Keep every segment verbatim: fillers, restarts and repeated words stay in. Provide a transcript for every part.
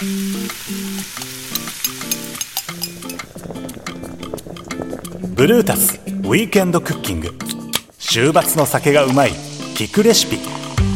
ブルータスウィークエンドクッキング、週末の酒がうまい聞くレシピ。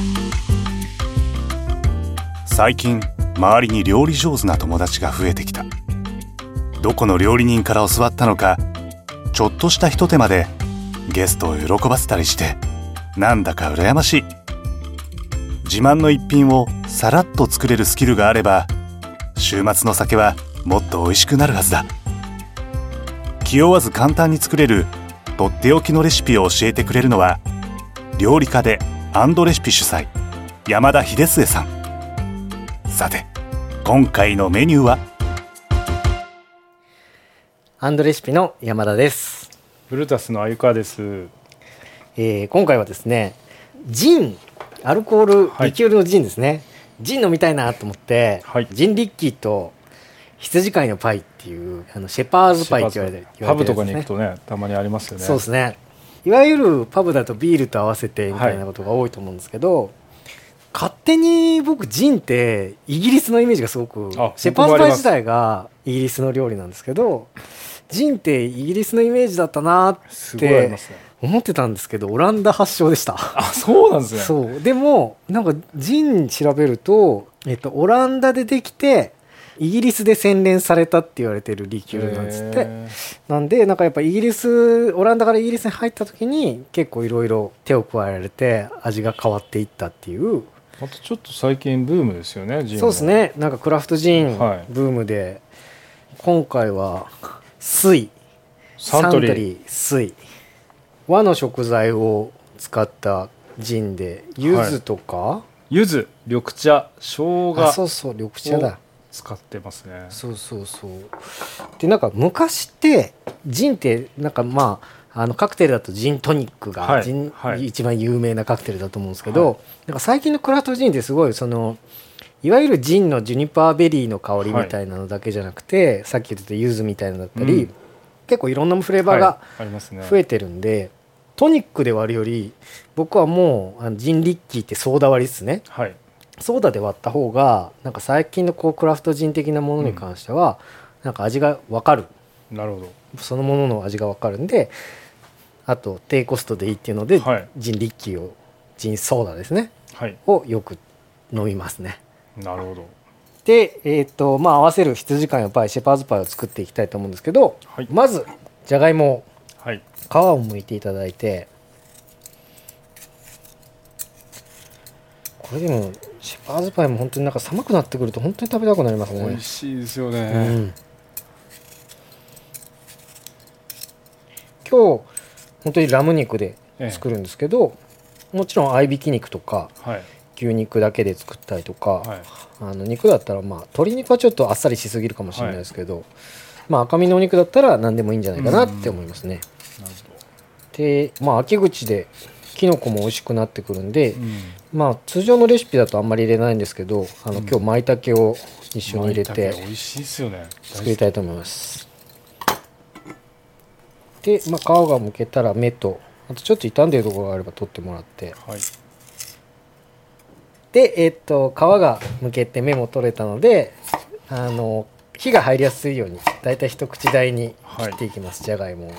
最近周りに料理上手な友達が増えてきた。どこの料理人から教わったのか、ちょっとしたひと手間でゲストを喜ばせたりして、なんだか羨ましい。自慢の一品をさらっと作れるスキルがあれば、週末の酒はもっと美味しくなるはずだ。気負わず簡単に作れるとっておきのレシピを教えてくれるのは、料理家でアンドレシピ主催、山田秀末さん。さて、今回のメニューは？ アンドレシピの山田です。 ブルータスの鮎川です。 えー、今回はですね、ジン、アルコール、リキュールのジンですね、はい、ジン飲みたいなと思って、はい、ジンリッキーと羊飼いのパイっていうあのシェパーズパイって言われてる、 パブとかに行くとね、たまにありますよね。 そうですね。いわゆるパブだとビールと合わせてみたいなことが多いと思うんですけど、はい、勝手に僕ジンってイギリスのイメージがすごく、シェパーズパイ自体がイギリスの料理なんですけど、ジンってイギリスのイメージだったなって思ってたんですけど、オランダ発祥でした。 あ、そうなんですね。 そうでもなんかジン調べると、えっと、オランダでできてイギリスで洗練されたって言われてるリキュールなんですって。なんでなんかやっぱイギリス、オランダからイギリスに入った時に結構いろいろ手を加えられて味が変わっていったっていう。 またちょっと最近ブームですよね、ジン。 そうですね。なんかクラフトジンブームで、はい、今回は水、サントリー水、和の食材を使ったジンで、柚子とか、はい、柚子、緑茶、生姜、 あ、そうそう、緑茶だ、 使ってますね。 そうそうそう。でなんか昔ってジンってなんかまああのカクテルだとジントニックが、はい、ジン、はい、一番有名なカクテルだと思うんですけど、はい、なんか最近のクラフトジンってすごいそのいわゆるジンのジュニパーベリーの香りみたいなのだけじゃなくて、はい、さっき言ってた柚子みたいなのだったり、うん、結構いろんなフレーバーが増えてるんで、はいね、トニックで割るより僕はもうあのジンリッキーってソーダ割りですね、はい、ソーダで割った方がなんか最近のこうクラフトジン的なものに関しては、うん、なんか味が分かる。 なるほど。 そのものの味が分かるんで、あと低コストでいいっていうので、はい、ジンリッキーをジンソーダですね、はい、をよく飲みますね。 なるほど。 で、えーとまあ、合わせる羊飼いのパイ、シェパーズパイを作っていきたいと思うんですけど、はい、まずじゃがいもを、はい、皮を剥いていただいて、これでもシェパーズパイも本当になんか寒くなってくると本当に食べたくなりますね。 美味しいですよね、うん、今日本当にラム肉で作るんですけど、ええ、もちろん合いびき肉とか、はい、牛肉だけで作ったりとか、はい、あの肉だったらまあ鶏肉はちょっとあっさりしすぎるかもしれないですけど、はい、まあ、赤身のお肉だったら何でもいいんじゃないかなって思いますね。なるほど。で、まあ、秋口できのこも美味しくなってくるんで、うん、まあ、通常のレシピだとあんまり入れないんですけど、あの、うん、今日舞茸を一緒に入れて美味しいですよね。 作りたいと思います。で、まあ、皮が剥けたら目とあとちょっと傷んでるところがあれば取ってもらって、はい、で、えー、っと皮が剥けて目も取れたので、あの火が入りやすいようにだいたい一口大に切っていきます、はい、じゃがいもを。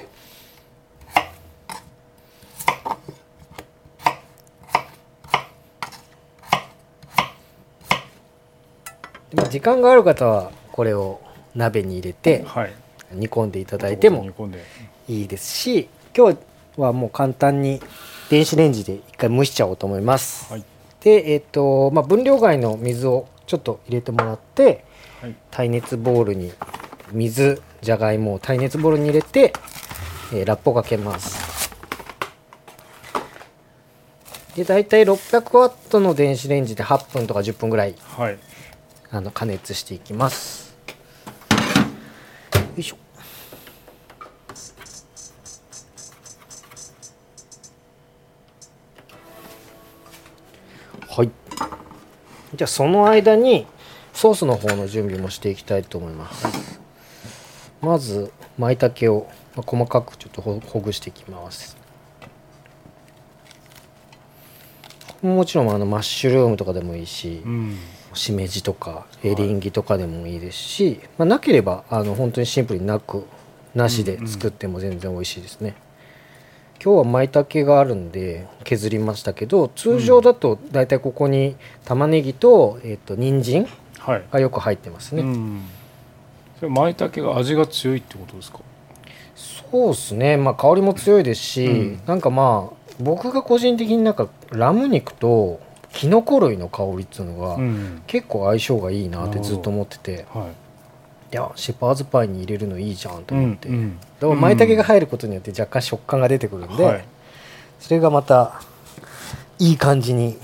で、まあ、時間がある方はこれを鍋に入れて煮込んでいただいてもいいですし、今日はもう簡単に電子レンジで一回蒸しちゃおうと思います、はい、で、えーとまあ、分量外の水をちょっと入れてもらって、はい、耐熱ボウルに水、じゃがいもを耐熱ボウルに入れて、えー、ラップをかけます。でだいたいろっぴゃくワットの電子レンジではっぷんとかじゅっぷんぐらい、はい、あの加熱していきます。よいしょ。はい、じゃあその間にソースの方の準備もしていきたいと思います。まず舞茸を細かくちょっとほぐしていきます。もちろんあのマッシュルームとかでもいいし、うん、 しめじとかエリンギとかでもいいですし、はい、まあ、なければあの本当にシンプルになくなしで作っても全然美味しいですね。うんうん、今日は舞茸があるんで削りましたけど、通常だとだいたいここに玉ねぎと、えー、と人参がよく入ってますね。はい、うん、 それ舞茸が味が強いってことですか？ そうですね、まあ、香りも強いですし、うん、なんかまあ僕が個人的になんかラム肉とキノコ類の香りっていうのが結構相性がいいなってずっと思ってて、うん、はい、いやシェパーズパイに入れるのいいじゃんと思って、うんうん、だから舞茸が入ることによって若干食感が出てくるんで、はい、それがまたいい感じに、うん、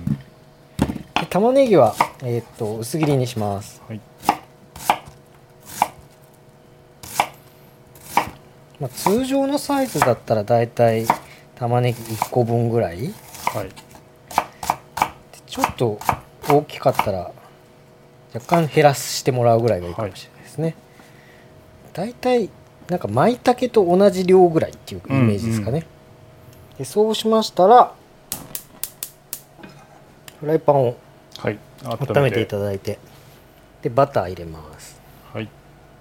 で玉ねぎは、えー、っと薄切りにします。はい、まあ、通常のサイズだったらだいたい玉ねぎいっこぶんぐらい、はい、ちょっと大きかったら若干減らしてもらうぐらいがいいかもしれないですね。だいたいなんか舞茸と同じ量ぐらいっていうイメージですかね。うんうん、でそうしましたらフライパンを温めていただいて、でバター入れます。はい、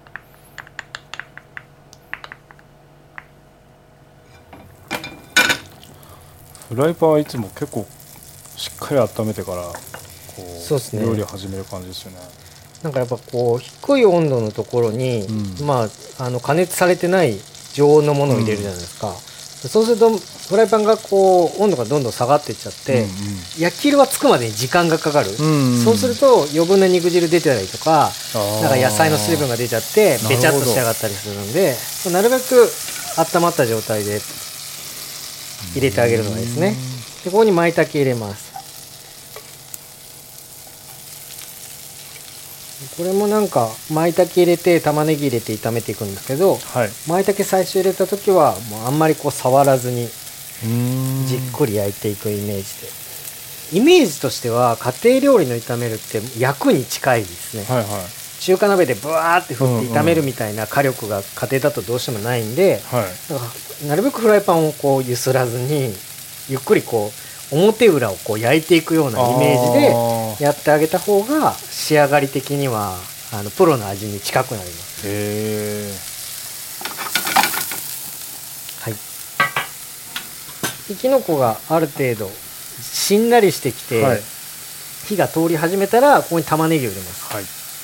フライパンはいつも結構しっかり温めてからこうそうですね、料理を始める感じですよね。 なんかやっぱこう低い温度のところに、うん、まああの加熱されてない常温のものを入れるじゃないですか。うん、そうするとフライパンがこう温度がどんどん下がっていっちゃって、うんうん、焼き色がつくまでに時間がかかる。うんうん、そうすると余分な肉汁出てたりとか、なんか野菜の水分が出ちゃってべちゃっと仕上がったりするので、なるべく温まった状態で入れてあげるのがいいですね。でここに舞茸入れます。これもなんか舞茸入れて玉ねぎ入れて炒めていくんですけど、はい、舞茸最初入れた時はもうあんまりこう触らずにじっくり焼いていくイメージで、イメージとしては家庭料理の炒めるって焼くに近いですね。はいはい、中華鍋でブワーって振って炒めるみたいな火力が家庭だとどうしてもないんで、うんうん、だからなるべくフライパンをこう揺すらずにゆっくりこう表裏をこう焼いていくようなイメージでやってあげた方が仕上がり的にはあのプロの味に近くなります。へー、はい、きのこがある程度しんなりしてきて、はい、火が通り始めたらここに玉ねぎを入れます。はい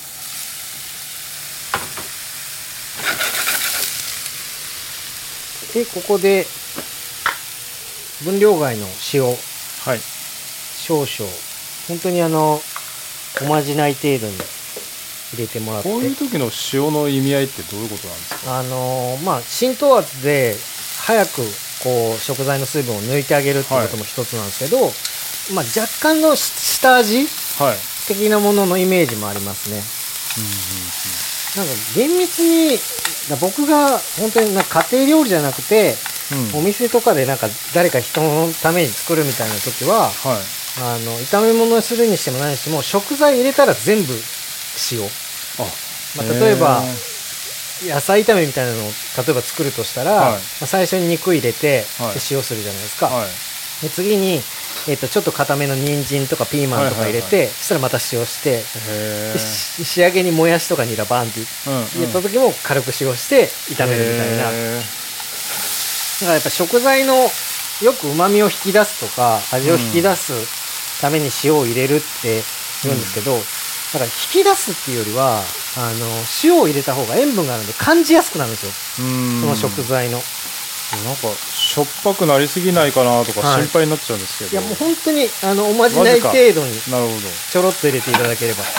、でここで分量外の塩、はい、少々本当にあのおまじない程度に入れてもらって。 こういう時の塩の意味合いってどういうことなんですか？ あのまあ浸透圧で早くこう食材の水分を抜いてあげるっていうことも一つなんですけど、はい、まあ、若干の下味的なもののイメージもありますね。うんうんうん、なんか厳密に僕が本当になんか家庭料理じゃなくてうん、お店とかでなんか誰か人のために作るみたいな時は、はい、あの炒め物するにしても何にしても食材入れたら全部塩。あ、まあ、例えば野菜炒めみたいなのを例えば作るとしたら、はい、まあ、最初に肉入れて、はい、で塩するじゃないですか。はい、で次に、えー、とちょっと固めの人参とかピーマンとか入れて、はいはいはい、そしたらまた塩してで仕上げにもやしとかニラバンって入れた時も軽く塩して炒めるみたいな。だからやっぱ食材のよく旨味を引き出すとか味を引き出すために塩を入れるって言うんですけど、うん、だから引き出すっていうよりはあの塩を入れた方が塩分があるので感じやすくなるんですよ。うん、その食材のなんかしょっぱくなりすぎないかなとか心配になっちゃうんですけど、 はい、いやもう本当にあのおまじない程度にちょろっと入れていただければ。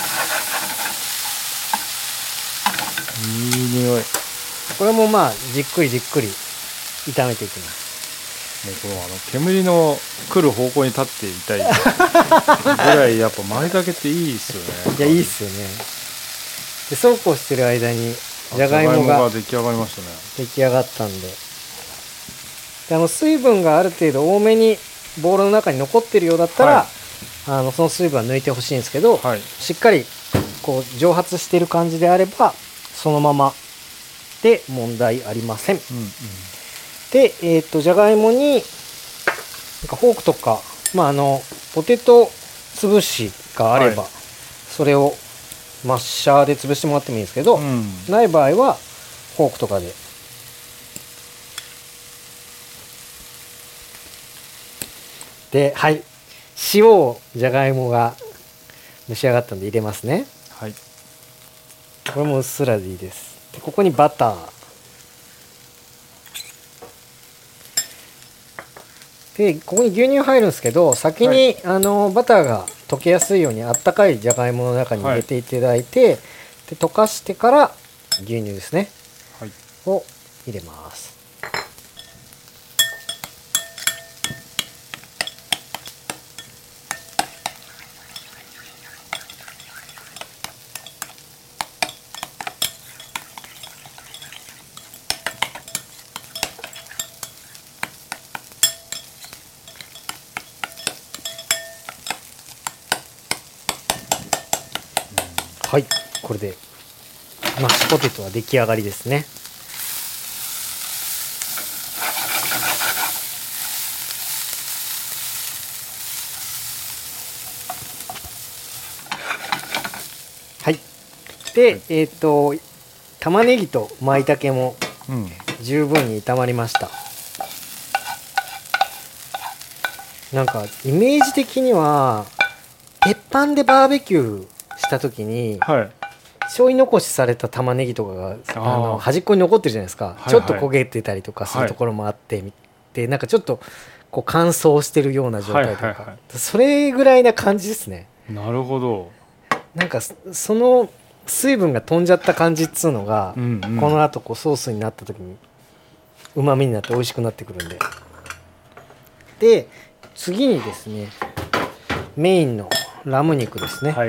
いい匂い。 これもまあじっくりじっくり炒めていきます。 もうこのあの煙の来る方向に立っていたいぐらいやっぱ舞茸っていいっすよね。 いやいいっすよね。でそうこうしてる間にじゃがいもが出来上がりましたね。 出来上がったんで、であの水分がある程度多めにボウルの中に残ってるようだったら、はい、あのその水分は抜いてほしいんですけど、はい、しっかりこう蒸発している感じであればそのままで問題ありません。うんうん、で、えー、とじゃがいもになんかフォークとか、まあ、あのポテト潰しがあれば、はい、 それをマッシャーで潰してもらってもいいんですけど、うん、ない場合はフォークとかでで、はい、塩をじゃがいもが蒸し上がったんで入れますね。 はい、 これもうっすらでいいです。でここにバターで、ここに牛乳入るんですけど、先に、はい、あのバターが溶けやすいようにあったかいじゃがいもの中に入れていただいて、はい、で溶かしてから牛乳ですね、はい、を入れます。はい、これでマッシュポテトは出来上がりですね。はい。で、えっと玉ねぎと舞茸も十分に炒まりました。うん、なんかイメージ的には鉄板でバーベキューした時に、はい、ちょい残しされた玉ねぎとかがあの端っこに残ってるじゃないですか、はいはい、ちょっと焦げてたりとかするところもあって、はい、でなんかちょっとこう乾燥してるような状態とか、はいはいはい、それぐらいな感じですね。 なるほど。 なんかその水分が飛んじゃった感じっつうのが、うんうん、この後こうソースになった時にうまみになって美味しくなってくるんで。で次にですね、メインのラム肉ですね、はい、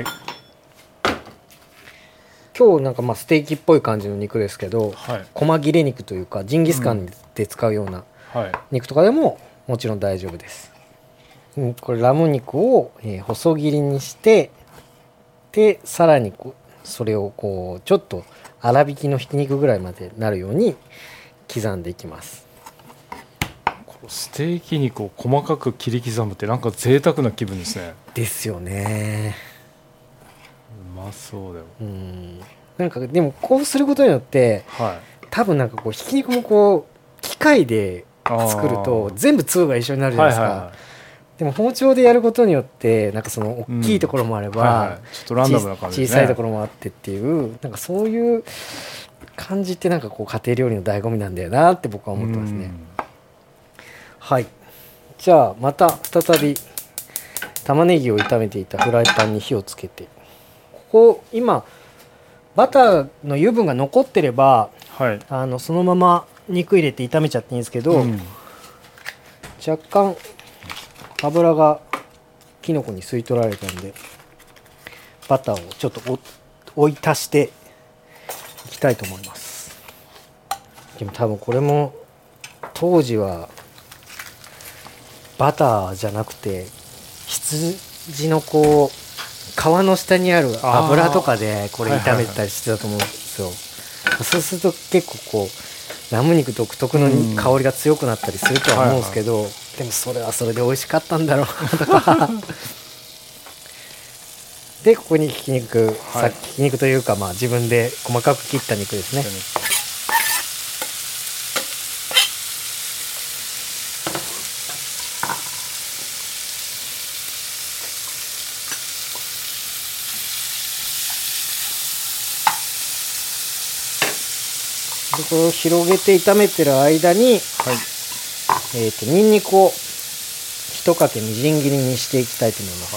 今日なんかまあステーキっぽい感じの肉ですけど、はい、細切れ肉というかジンギスカンで使うような肉とかでももちろん大丈夫です。うん、これラム肉を、えー、細切りにして、でさらにこうそれをこうちょっと粗挽きのひき肉ぐらいまでなるように刻んでいきます。 ステーキ肉を細かく切り刻むってなんか贅沢な気分ですね。 ですよね。 うまそうだよ。 うん、なんかでもこうすることによって、はい、多分なんかこうひき肉もこう機械で作ると全部粒が一緒になるじゃないですか、はいはいはい、でも包丁でやることによってなんかその大きいところもあれば、うんはいはい、 ちょっとランダムな感じですね、 小さいところもあってっていうなんかそういう感じってなんかこう家庭料理の醍醐味なんだよなって僕は思ってますね。はい、じゃあまた再び玉ねぎを炒めていたフライパンに火をつけて、ここ今バターの油分が残ってれば、はい、あのそのまま肉入れて炒めちゃっていいんですけど、うん、若干油がきのこに吸い取られたんでバターをちょっと追い足していきたいと思います。でも多分これも当時はバターじゃなくて羊のこう皮の下にある油とかでこれ炒めたりしてたと思うんですよ、はいはいはい、そうすると結構こうラム肉独特の香りが強くなったりするとは思うんですけど、はいはい、でもそれはそれで美味しかったんだろうなとかでここにひき肉、はい、さっきひき肉というかまあ自分で細かく切った肉ですね。でこれを広げて炒めてる間に、はい、えーとニンニクを一かけみじん切りにしていきたいと思います、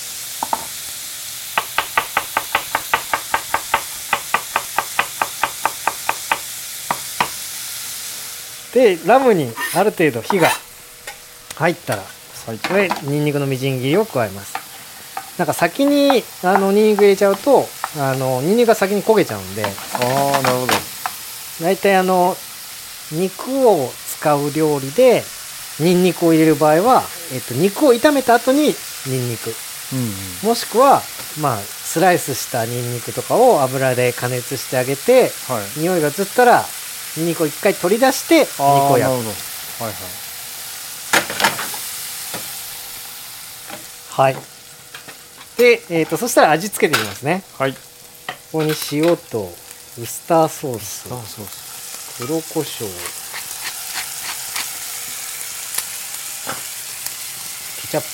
はい、でラムにある程度火が入ったら、はい、これニンニクのみじん切りを加えます。なんか先にあのニンニク入れちゃうとあのニンニクが先に焦げちゃうんで、 ああなるほど。 大体あの肉を使う料理でニンニクを入れる場合は、えっと、肉を炒めた後にニンニク、うんうん、もしくは、まあ、スライスしたニンニクとかを油で加熱してあげて、はい、匂いが移ったらニンニクを一回取り出して肉を焼く。はいはい、はい、 で、えー、とそしたら味付けていきますね。 はい。 ここに塩とウスターソース、 ソース黒胡椒、ケチャップ、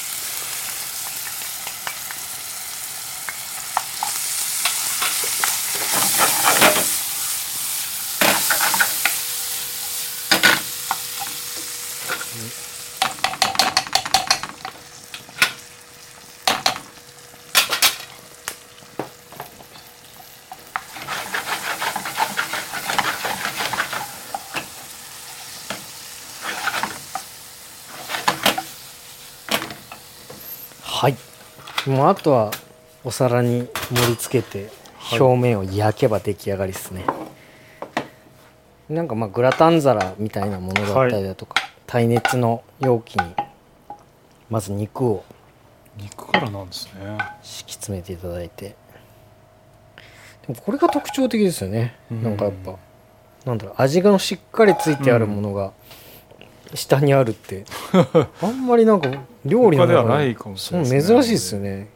はい。もうあとはお皿に盛り付けて表面を焼けば出来上がりですね。はい、なんかまあグラタン皿みたいなものだったりだとか、はい、耐熱の容器にまず肉を肉からなんですね。 敷き詰めていただいて、でもこれが特徴的ですよね。うん、なんかやっぱなんだろう、味がしっかりついてあるものが下にあるって、うん、あんまりなんか料理の中ではないかもしれないですね。珍しいですよね。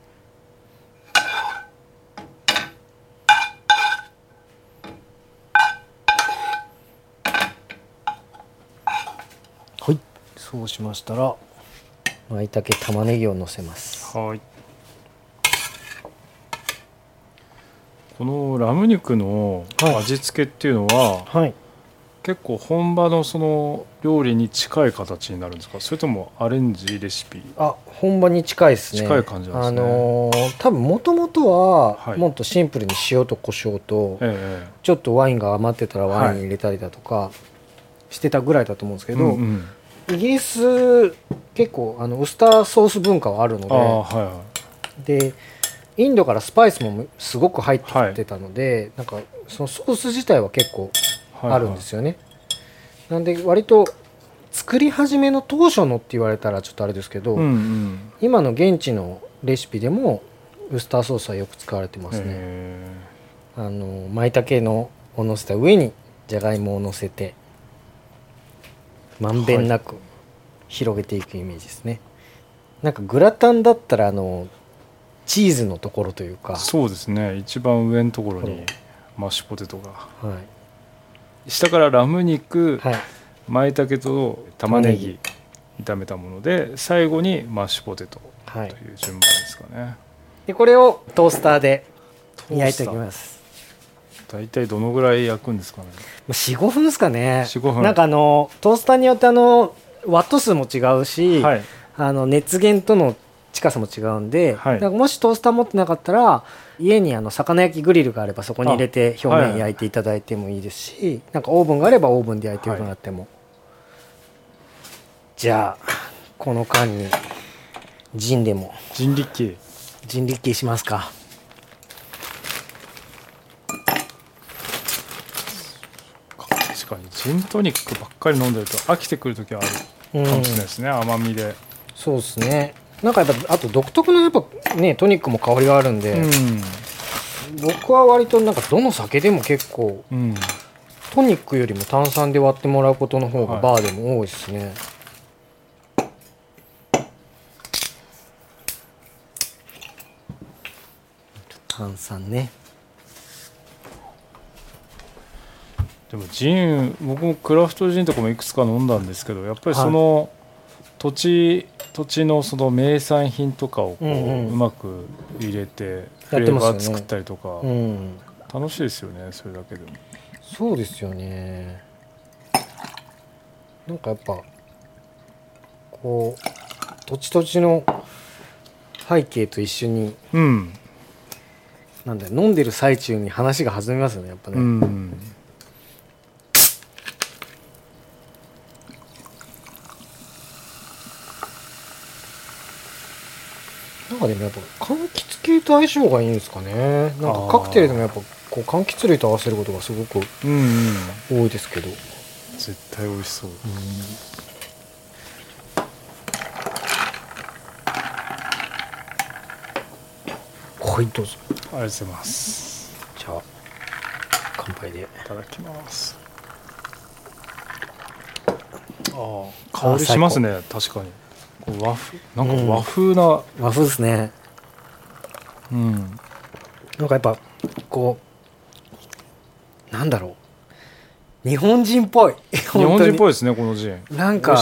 はい、そうしましたら舞茸玉ねぎをのせます。 はい。このラム肉の味付けっていうのは、はいはい、結構本場のその料理に近い形になるんですか、それともアレンジレシピ？ あ、本場に近いですね。 近い感じなんですね。 あのー、多分もともとはもっとシンプルに塩と胡椒と、はい、ちょっとワインが余ってたらワイン入れたりだとかしてたぐらいだと思うんですけど、はい、うんうん、イギリス結構あのウスターソース文化はあるので、はいはい、でインドからスパイスもすごく入ってきてたので、はい、なんかそのソース自体は結構あるんですよね。はいはい、なんで割と作り始めの当初のって言われたらちょっとあれですけど、うんうん、今の現地のレシピでもウスターソースはよく使われてますね。あの舞茸のをのせた上にじゃがいもをのせてまんべんなく広げていくイメージですね。はい、なんかグラタンだったらあのチーズのところというか、 そうですね、一番上のところにマッシュポテトが、はい、下からラム肉、はい、舞茸と玉ねぎ炒めたもので最後にマッシュポテトという順番ですかね。はい、 でこれをトースターで焼いていきます。 大体どのぐらい焼くんですかね。 よん、ごふんですかね。 よん、ごふん。 なんかあのトースターによってあのワット数も違うし、はい、あの熱源との近さも違うんで、はい、だからもしトースター持ってなかったら家にあの魚焼きグリルがあればそこに入れて表面焼いていただいてもいいですし、はい、なんかオーブンがあればオーブンで焼いてもらっても、はい、じゃあこの間にジンでもジンリッキージンリッキーしますか。 確かにジントニックばっかり飲んでると飽きてくるときはあるかもしれないですね、うん、甘みで。 そうですね。なんかやっぱあと独特のやっぱねトニックも香りがあるんで、うん、僕は割となんかどの酒でも結構、うん、トニックよりも炭酸で割ってもらうことの方がバーでも多いですね。はい、炭酸ね。 でもジン、僕もクラフトジンとかもいくつか飲んだんですけど、やっぱりその土地土地のその名産品とかをこう、うんうん、うまく入れてフレーバー作ったりとか、うん、楽しいですよね、それだけでも。 そうですよね。なんかやっぱこう土地土地の背景と一緒に、うん、なんだよ、飲んでる最中に話が弾みますよね、やっぱね。うん、なんかでもやっぱ柑橘系と相性がいいんですかね。なんかカクテルでもやっぱこう柑橘類と合わせることがすごく多いですけど、うんうん、 絶対美味しそう、うん、 はいどうぞ。 ありがとうございます。 じゃあ乾杯でいただきます。ああ香りしますね。確かに和風なんか和風な、 うん、和風ですね。 うん、 なんかやっぱこうなんだろう日本人っぽい日本人っぽいですねこのジン。 なんか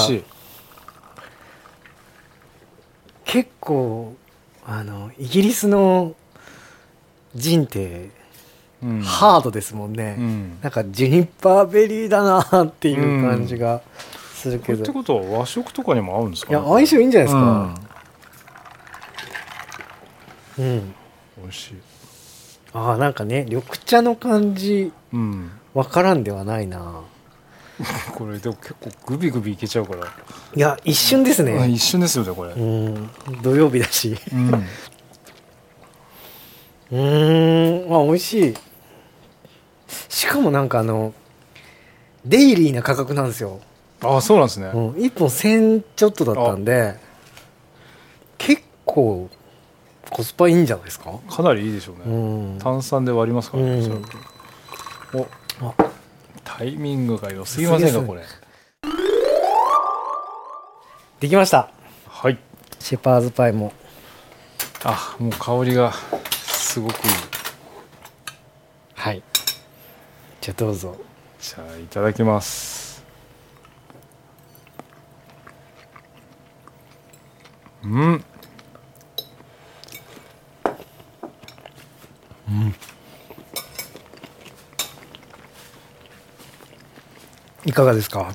結構あのイギリスのジンって、うん、ハードですもんね、うん、なんかジュニパーベリーだなっていう感じがするけど、うん、 ってことは和食とかにも合うんですかね。 いや相性いいんじゃないですか。うん、うん、 美味しい。 ああなんかね緑茶の感じ、うん、分からんではないなこれでも結構グビグビいけちゃうから。 いや一瞬ですね、 うん、一瞬ですよねこれ。 うん、土曜日だしうんうーんあ美味しい。しかもなんかあのデイリーな価格なんですよ。 ああそうなんですね、 うん、いっぽんせんちょっとだったんで結構コスパいいんじゃないですか。 かなりいいでしょうね、うん、炭酸で割りますからね、うん、おあタイミングが良すぎませんかこれ。 できました。 はい。 シェパーズパイもあもう香りがすごくいい。 はい。じゃあどうぞ。 じゃあいただきます。うん。うん。 いかがですか。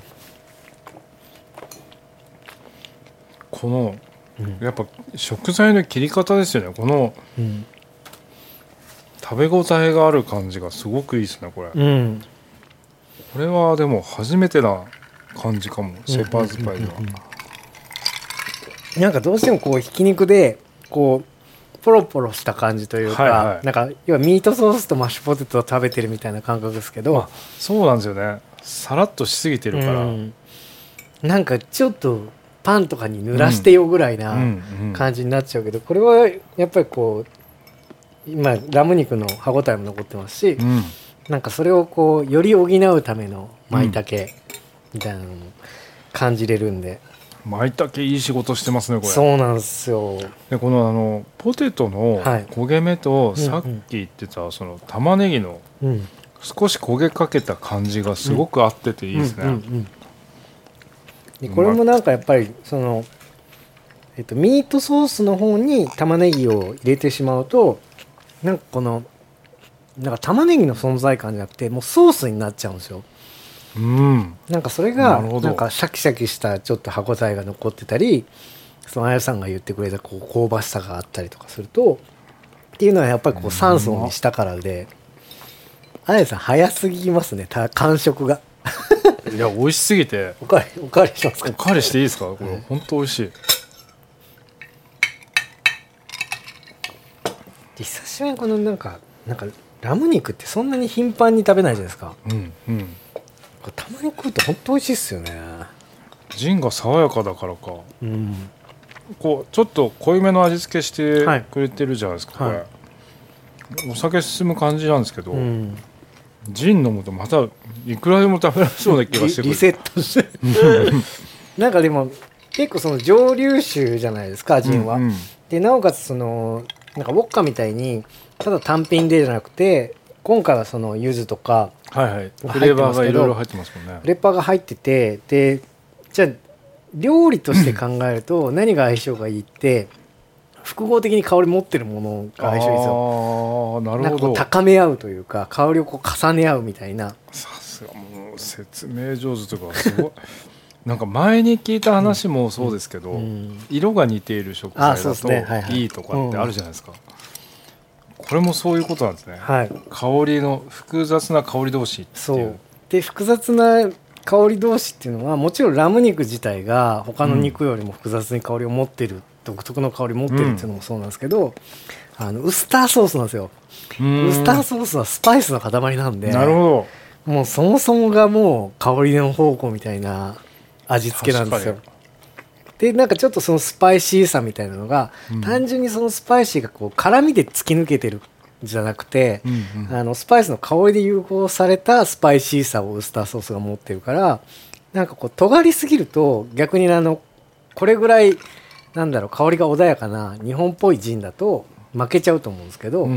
この、うん、やっぱ食材の切り方ですよね。この、うん、食べ応えがある感じがすごくいいですねこれ、うん、これはでも初めてな感じかも、シェパーズパイでは、うんうんうんうん、なんかどうしてもこうひき肉でこうポロポロした感じというか、はいはい、なんか要はミートソースとマッシュポテトを食べてるみたいな感覚ですけど、あそうなんですよね。さらっとしすぎてるから、うん、 なんかちょっとパンとかに濡らしてよぐらいな感じになっちゃうけど、これはやっぱりこう今ラム肉の歯ごたえも残ってますし、うん、なんかそれをこうより補うための舞茸みたいなのも感じれるんで、 舞茸いい仕事してますねこれ。 そうなんですよ。 でこのあのポテトの焦げ目とさっき言ってたその玉ねぎの少し焦げかけた感じがすごく合ってていいですね、うんうんうんうん、 でこれもなんかやっぱりその、えっと、ミートソースの方に玉ねぎを入れてしまうとなんかこのなんか玉ねぎの存在感じゃなくてもうソースになっちゃうんですよ、うん、なんかそれがなんかシャキシャキしたちょっと歯ごたえが残ってたり、そのあやさんが言ってくれたこう香ばしさがあったりとかするとっていうのはやっぱりこうさん層にしたからで、あやさん早すぎますね感触がいや美味しすぎておかわりおかわりしますか。 おかわりしていいですかこれ、うん、本当美味しい。 久しぶりにこのなんかなんかラム肉ってそんなに頻繁に食べないじゃないですか、うんうん、これたまに食うと本当美味しいっすよね。 ジンが爽やかだからか、うん、こうちょっと濃いめの味付けしてくれてるじゃないですか、はい、これ、はい、お酒進む感じなんですけど、うん、ジン飲むとまたいくらでも食べられそうな気がしてくるリセットしてなんかでも結構その蒸留酒じゃないですかジンは、うんうん、でなおかつそのなんかウォッカみたいにただ単品でじゃなくて今回はその柚子とかはいはいフレーバーがいろいろ入ってますもんね。 フレーバーが入っててでじゃあ料理として考えると何が相性がいいって複合的に香り持ってるものが相性いいですよ。 あなるほど。なんかこう高め合うというか香りをこう重ね合うみたいな。 さすがもう説明上手というかすごいなんか前に聞いた話もそうですけど、うんうん、色が似ている食材だといいとかってあるじゃないですか、うん、これもそういうことなんですね、はい、香りの複雑な香り同士っていう。 そうで複雑な香り同士っていうのはもちろんラム肉自体が他の肉よりも複雑に香りを持ってる、うん、独特の香りを持ってるっていうのもそうなんですけど、うん、あのウスターソースなんですよ。ウスターソースはスパイスの塊なんで、 なるほど、もうそもそもがもう香りの宝庫みたいな味付けなんですよ。でなんかちょっとそのスパイシーさみたいなのが、うん、単純にそのスパイシーがこう辛みで突き抜けてるじゃなくて、うんうん、あのスパイスの香りで融合されたスパイシーさをウスターソースが持ってるから、なんかこう尖りすぎると逆にあのこれぐらいなんだろう香りが穏やかな日本っぽいジンだと負けちゃうと思うんですけど、うんうん、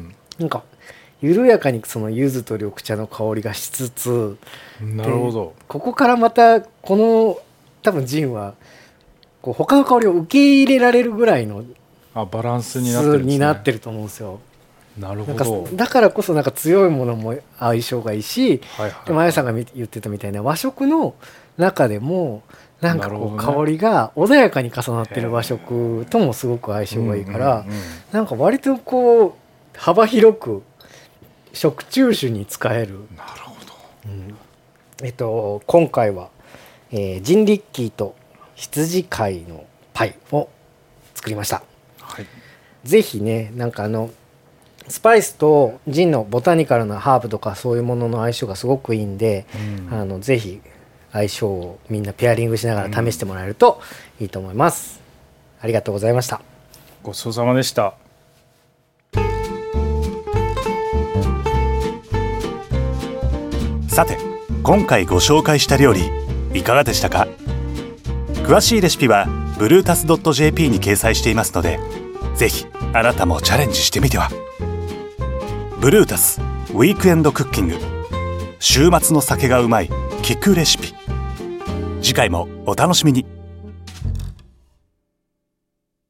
なんか緩やかにその柚子と緑茶の香りがしつつ、 なるほど、 ここからまたこの多分ジンはこう他の香りを受け入れられるぐらいのあバランスになってるんですね、 になってると思うんですよ。 なるほど。 なんかだからこそなんか強いものも相性がいいし、はいはいはい、でもあやさんが言ってたみたいな和食の中でもなんかこう香りが穏やかに重なってる和食ともすごく相性がいいから、なんか割とこう幅広く食中酒に使える。 なるほど、 うんえっと、今回は、えー、ジンリッキーと羊飼いのパイを作りました、はい、ぜひねなんかあのスパイスとジンのボタニカルなハーブとかそういうものの相性がすごくいいんで、うん、あのぜひ相性をみんなペアリングしながら試してもらえるといいと思います、うん、ありがとうございました。 ごちそうさまでした。 さて今回ご紹介した料理いかがでしたか。詳しいレシピは ブルータスドットジェーピー に掲載していますのでぜひあなたもチャレンジしてみては。ブルータスウィークエンドクッキング、週末の酒がうまい聞くレシピ。次回もお楽しみに。